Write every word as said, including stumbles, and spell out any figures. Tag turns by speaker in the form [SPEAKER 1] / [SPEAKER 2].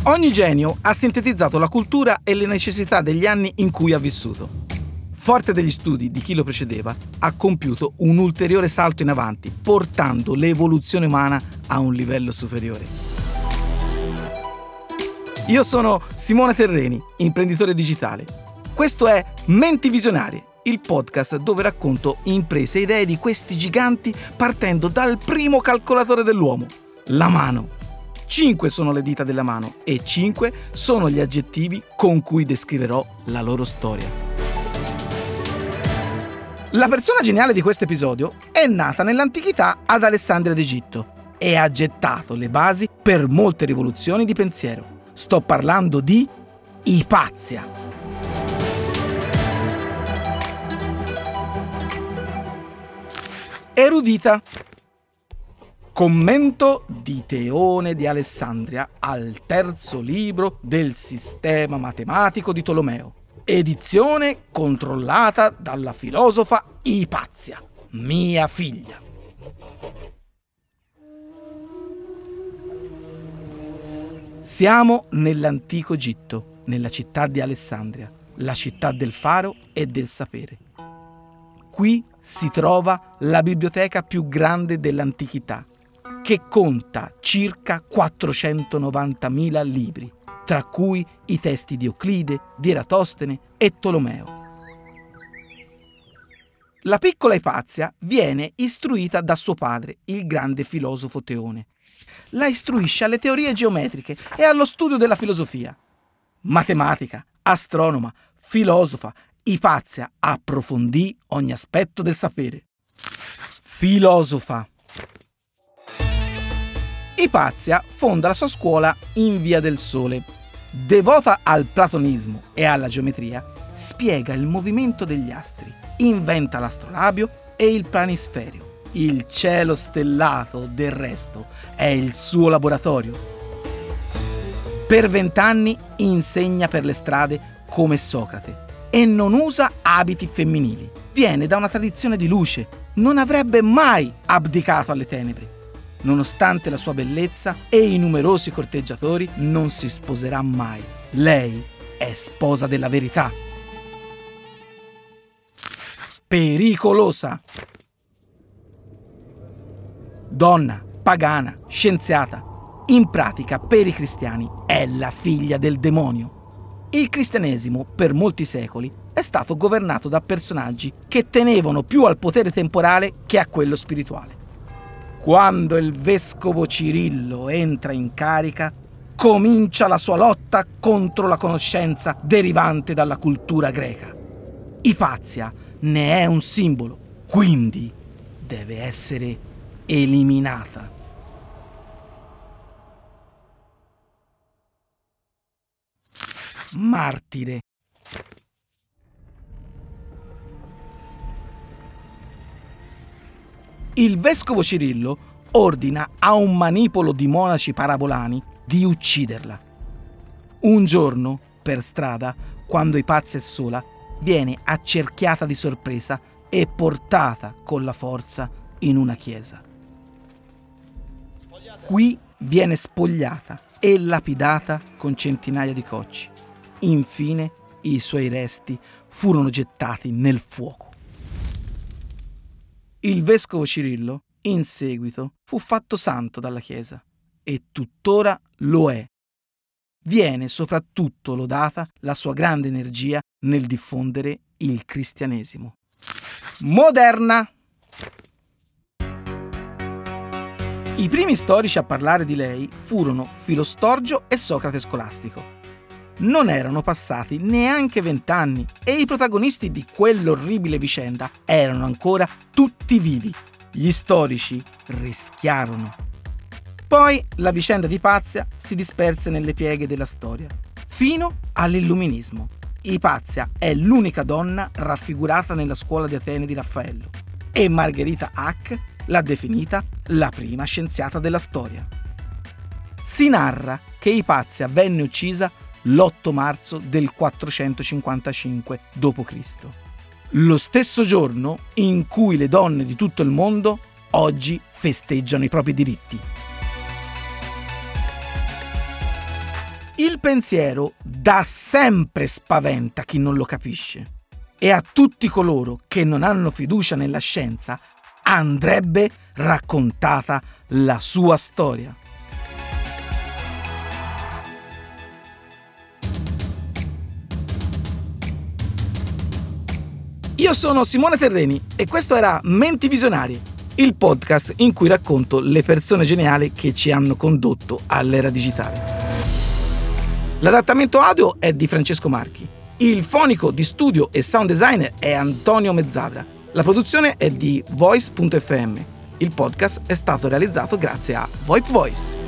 [SPEAKER 1] Ogni genio ha sintetizzato la cultura e le necessità degli anni in cui ha vissuto. Forte degli studi di chi lo precedeva, ha compiuto un ulteriore salto in avanti, portando l'evoluzione umana a un livello superiore. Io sono Simone Terreni, imprenditore digitale. Questo è Menti Visionarie, il podcast dove racconto imprese e idee di questi giganti partendo dal primo calcolatore dell'uomo, la mano. Cinque sono le dita della mano e cinque sono gli aggettivi con cui descriverò la loro storia. La persona geniale di questo episodio è nata nell'antichità ad Alessandria d'Egitto e ha gettato le basi per molte rivoluzioni di pensiero. Sto parlando di Ipazia. Erudita. Commento di Teone di Alessandria al terzo libro del sistema matematico di Tolomeo. Edizione controllata dalla filosofa Ipazia, mia figlia. Siamo nell'antico Egitto, nella città di Alessandria, la città del faro e del sapere. Qui si trova la biblioteca più grande dell'antichità, che conta circa quattrocentonovantamila libri, tra cui i testi di Euclide, di Eratostene e Tolomeo. La piccola Ipazia viene istruita da suo padre, il grande filosofo Teone. La istruisce alle teorie geometriche e allo studio della filosofia. Matematica, astronoma, filosofa, Ipazia approfondì ogni aspetto del sapere. Filosofa. Ipazia fonda la sua scuola in Via del Sole. Devota al platonismo e alla geometria, spiega il movimento degli astri, inventa l'astrolabio e il planisferio. Il cielo stellato, del resto, è il suo laboratorio. Per vent'anni insegna per le strade come Socrate e non usa abiti femminili. Viene da una tradizione di luce, non avrebbe mai abdicato alle tenebre. Nonostante la sua bellezza e i numerosi corteggiatori, non si sposerà mai. Lei è sposa della verità. Pericolosa. Donna, pagana, scienziata. In pratica, per i cristiani, è la figlia del demonio. Il cristianesimo, per molti secoli, è stato governato da personaggi che tenevano più al potere temporale che a quello spirituale. Quando il vescovo Cirillo entra in carica, comincia la sua lotta contro la conoscenza derivante dalla cultura greca. Ipazia ne è un simbolo, quindi deve essere eliminata. Martire. Il vescovo Cirillo ordina a un manipolo di monaci parabolani di ucciderla. Un giorno, per strada, quando Ipazia è sola, viene accerchiata di sorpresa e portata con la forza in una chiesa. Qui viene spogliata e lapidata con centinaia di cocci. Infine, i suoi resti furono gettati nel fuoco. Il vescovo Cirillo, in seguito, fu fatto santo dalla Chiesa e tuttora lo è. Viene soprattutto lodata la sua grande energia nel diffondere il cristianesimo. Moderna. I primi storici a parlare di lei furono Filostorgio e Socrate Scolastico. Non erano passati neanche vent'anni e i protagonisti di quell'orribile vicenda erano ancora tutti vivi. Gli storici rischiarono. Poi la vicenda di Ipazia si disperse nelle pieghe della storia, fino all'Illuminismo. Ipazia è l'unica donna raffigurata nella scuola di Atene di Raffaello e Margherita Hack l'ha definita la prima scienziata della storia. Si narra che Ipazia venne uccisa l'otto marzo del quattrocentocinquantacinque dopo Cristo, lo stesso giorno in cui le donne di tutto il mondo oggi festeggiano i propri diritti. Il pensiero da sempre spaventa chi non lo capisce e a tutti coloro che non hanno fiducia nella scienza andrebbe raccontata la sua storia. Io sono Simone Terreni e questo era Menti Visionarie, il podcast in cui racconto le persone geniali che ci hanno condotto all'era digitale. L'adattamento audio è di Francesco Marchi, il fonico di studio e sound designer è Antonio Mezzadra, la produzione è di Voice punto effe emme. Il podcast è stato realizzato grazie a VoIP Voice.